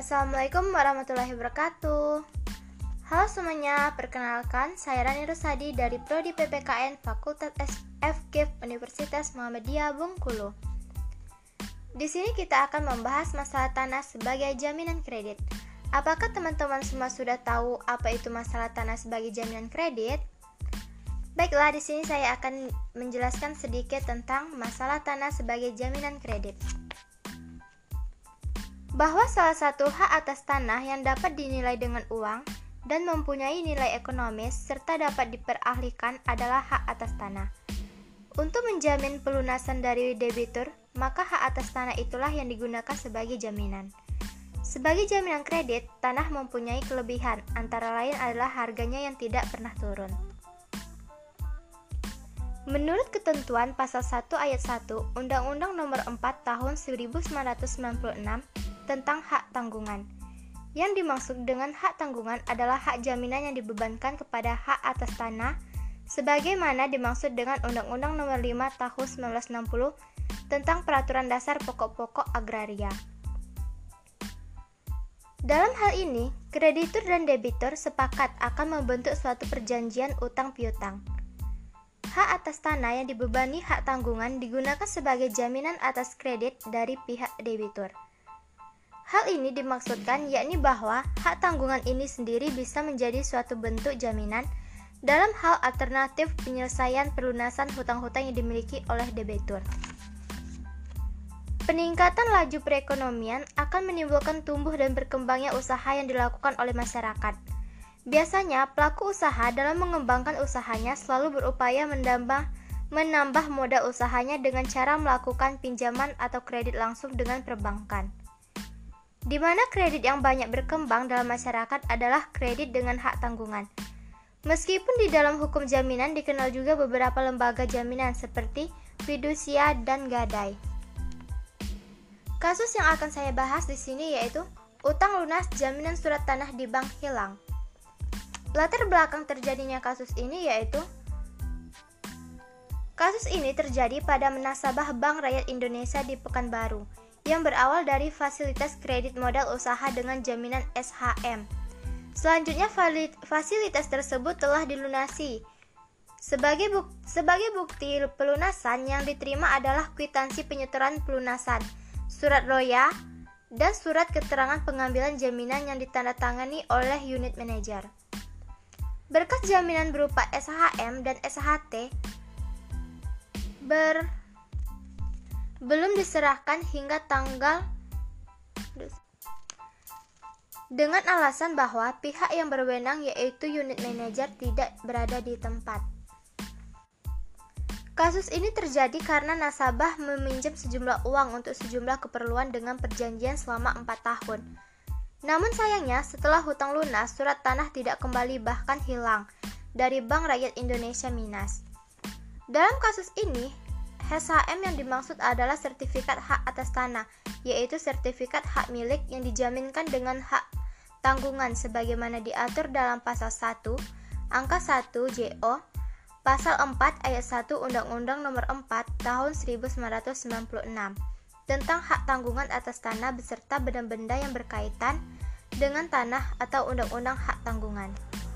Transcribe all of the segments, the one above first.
Assalamualaikum warahmatullahi wabarakatuh. Halo semuanya, perkenalkan saya Rani Rusadi dari Prodi PPKN Fakultas FKIP Universitas Muhammadiyah Bengkulu. Di sini kita akan membahas masalah tanah sebagai jaminan kredit. Apakah teman-teman semua sudah tahu apa itu masalah tanah sebagai jaminan kredit? Baiklah, di sini saya akan menjelaskan sedikit tentang masalah tanah sebagai jaminan kredit. Bahwa salah satu hak atas tanah yang dapat dinilai dengan uang dan mempunyai nilai ekonomis serta dapat diperahlikan adalah hak atas tanah. Untuk menjamin pelunasan dari debitur, maka hak atas tanah itulah yang digunakan sebagai jaminan. Sebagai jaminan kredit, tanah mempunyai kelebihan, antara lain adalah harganya yang tidak pernah turun. Menurut ketentuan pasal 1 ayat 1 Undang-Undang Nomor 4 Tahun 1996 tentang hak tanggungan. Yang dimaksud dengan hak tanggungan adalah hak jaminan yang dibebankan kepada hak atas tanah sebagaimana dimaksud dengan Undang-Undang Nomor 5 Tahun 1960 tentang Peraturan Dasar Pokok-pokok Agraria. Dalam hal ini, kreditur dan debitur sepakat akan membentuk suatu perjanjian utang piutang. Hak atas tanah yang dibebani hak tanggungan digunakan sebagai jaminan atas kredit dari pihak debitur. Hal ini dimaksudkan yakni bahwa hak tanggungan ini sendiri bisa menjadi suatu bentuk jaminan dalam hal alternatif penyelesaian pelunasan hutang-hutang yang dimiliki oleh debitur. Peningkatan laju perekonomian akan menimbulkan tumbuh dan berkembangnya usaha yang dilakukan oleh masyarakat. Biasanya, pelaku usaha dalam mengembangkan usahanya selalu berupaya menambah modal usahanya dengan cara melakukan pinjaman atau kredit langsung dengan perbankan. Di mana kredit yang banyak berkembang dalam masyarakat adalah kredit dengan hak tanggungan. Meskipun di dalam hukum jaminan dikenal juga beberapa lembaga jaminan seperti fidusia dan gadai. Kasus yang akan saya bahas di sini yaitu utang lunas jaminan surat tanah di bank hilang. Latar belakang terjadinya kasus ini yaitu kasus ini terjadi pada nasabah Bank Rakyat Indonesia di Pekanbaru yang berawal dari fasilitas kredit modal usaha dengan jaminan SHM. Selanjutnya fasilitas tersebut telah dilunasi. Sebagai bukti pelunasan yang diterima adalah kwitansi penyetoran pelunasan, surat roya, dan surat keterangan pengambilan jaminan yang ditandatangani oleh unit manajer. Berkas jaminan berupa SHM dan SHT belum diserahkan hingga tanggal dengan alasan bahwa pihak yang berwenang yaitu unit manajer tidak berada di tempat. Kasus ini terjadi karena nasabah meminjam sejumlah uang untuk sejumlah keperluan dengan perjanjian selama 4 tahun. Namun sayangnya setelah hutang lunas, surat tanah tidak kembali bahkan hilang dari Bank Rakyat Indonesia Minas. Dalam kasus ini, SHM yang dimaksud adalah sertifikat hak atas tanah, yaitu sertifikat hak milik yang dijaminkan dengan hak tanggungan sebagaimana diatur dalam pasal 1, angka 1 JO, pasal 4 ayat 1 Undang-Undang Nomor 4 Tahun 1996 tentang hak tanggungan atas tanah beserta benda-benda yang berkaitan dengan tanah atau Undang-Undang Hak Tanggungan.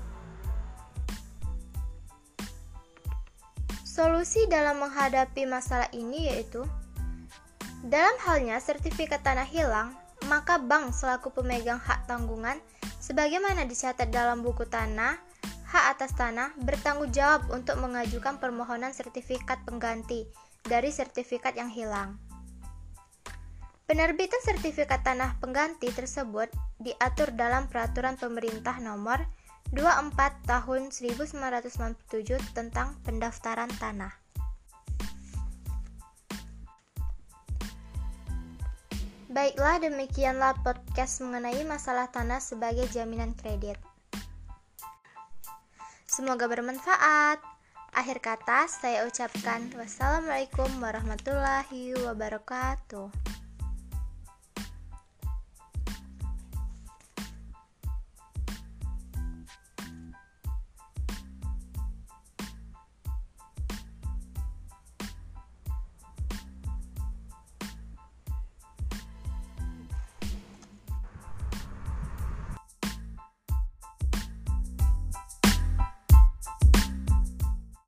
Solusi dalam menghadapi masalah ini yaitu dalam halnya sertifikat tanah hilang, maka bank selaku pemegang hak tanggungan sebagaimana dicatat dalam buku tanah, hak atas tanah bertanggung jawab untuk mengajukan permohonan sertifikat pengganti dari sertifikat yang hilang. Penerbitan sertifikat tanah pengganti tersebut diatur dalam Peraturan Pemerintah Nomor 24 Tahun 1997 tentang pendaftaran tanah. Baiklah, demikianlah podcast mengenai masalah tanah sebagai jaminan kredit. Semoga bermanfaat. Akhir kata saya ucapkan wassalamualaikum warahmatullahi wabarakatuh.